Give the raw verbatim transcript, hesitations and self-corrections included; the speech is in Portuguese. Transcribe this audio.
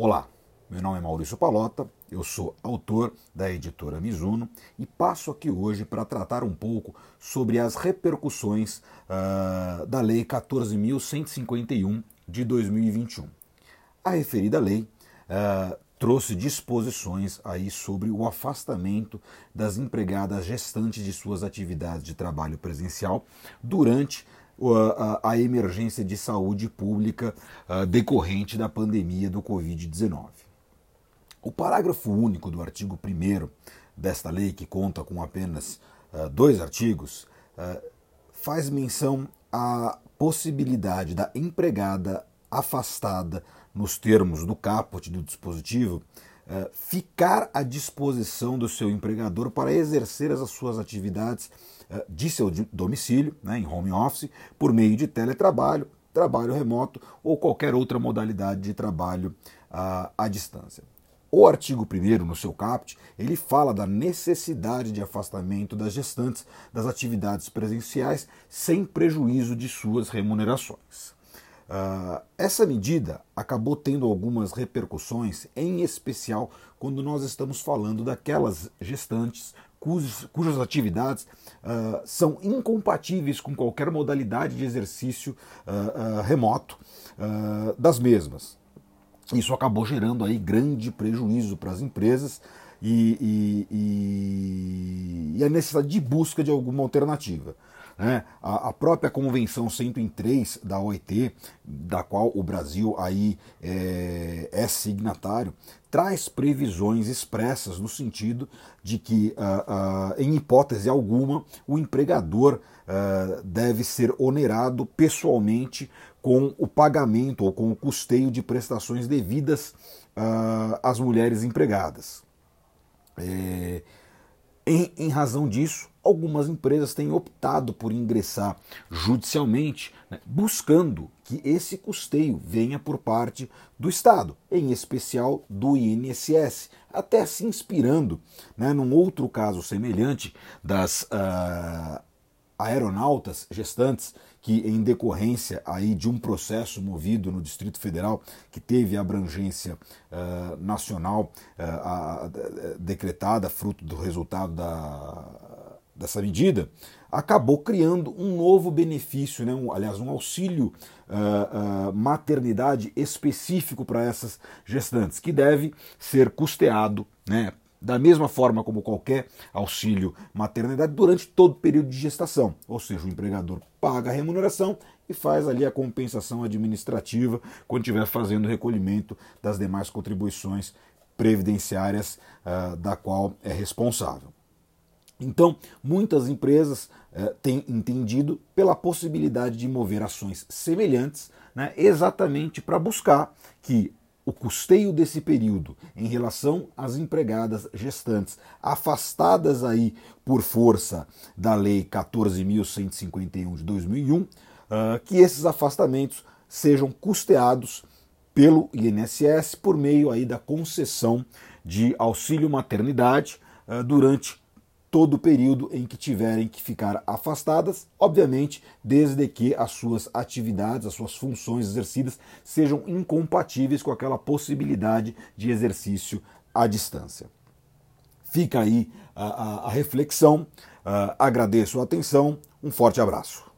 Olá, meu nome é Maurício Palota, eu sou autor da editora Mizuno e passo aqui hoje para tratar um pouco sobre as repercussões uh, da Lei quatorze mil cento e cinquenta e um de dois mil e vinte e um. A referida lei uh, trouxe disposições aí sobre o afastamento das empregadas gestantes de suas atividades de trabalho presencial durante a emergência de saúde pública uh, decorrente da pandemia do covid dezenove. O parágrafo único do artigo primeiro desta lei, que conta com apenas uh, dois artigos, uh, faz menção à possibilidade da empregada afastada nos termos do caput do dispositivo uh, ficar à disposição do seu empregador para exercer as suas atividades de seu domicílio, né, em home office, por meio de teletrabalho, trabalho remoto ou qualquer outra modalidade de trabalho uh, à distância. O artigo primeiro, no seu caput, ele fala da necessidade de afastamento das gestantes das atividades presenciais sem prejuízo de suas remunerações. Uh, essa medida acabou tendo algumas repercussões, em especial quando nós estamos falando daquelas gestantes cujas, cujas atividades uh, são incompatíveis com qualquer modalidade de exercício uh, uh, remoto uh, das mesmas. Isso acabou gerando aí grande prejuízo para as empresas e, e, e, e a necessidade de busca de alguma alternativa. Né? A, a própria Convenção cento e três da O I T, da qual o Brasil aí é, é signatário, traz previsões expressas no sentido de que, uh, uh, em hipótese alguma, o empregador uh, deve ser onerado pessoalmente com o pagamento ou com o custeio de prestações devidas uh, às mulheres empregadas. É, em, em razão disso, algumas empresas têm optado por ingressar judicialmente, né, buscando que esse custeio venha por parte do Estado, em especial do I N S S, até se inspirando, né, num outro caso semelhante das uh, aeronautas gestantes que, em decorrência aí de um processo movido no Distrito Federal, que teve abrangência uh, nacional uh, a, a, decretada, fruto do resultado da, dessa medida, acabou criando um novo benefício, né, um, aliás, um auxílio uh, uh, maternidade específico para essas gestantes, que deve ser custeado, né, da mesma forma como qualquer auxílio maternidade durante todo o período de gestação. Ou seja, o empregador paga a remuneração e faz ali a compensação administrativa quando estiver fazendo o recolhimento das demais contribuições previdenciárias uh, da qual é responsável. Então, muitas empresas uh, têm entendido pela possibilidade de mover ações semelhantes, né, exatamente para buscar que o custeio desse período em relação às empregadas gestantes afastadas aí por força da Lei quatorze mil cento e cinquenta e um de dois mil e um, uh, que esses afastamentos sejam custeados pelo I N S S por meio aí da concessão de auxílio maternidade uh, durante todo o período em que tiverem que ficar afastadas, obviamente, desde que as suas atividades, as suas funções exercidas sejam incompatíveis com aquela possibilidade de exercício à distância. Fica aí a, a, a reflexão, uh, agradeço a atenção, um forte abraço.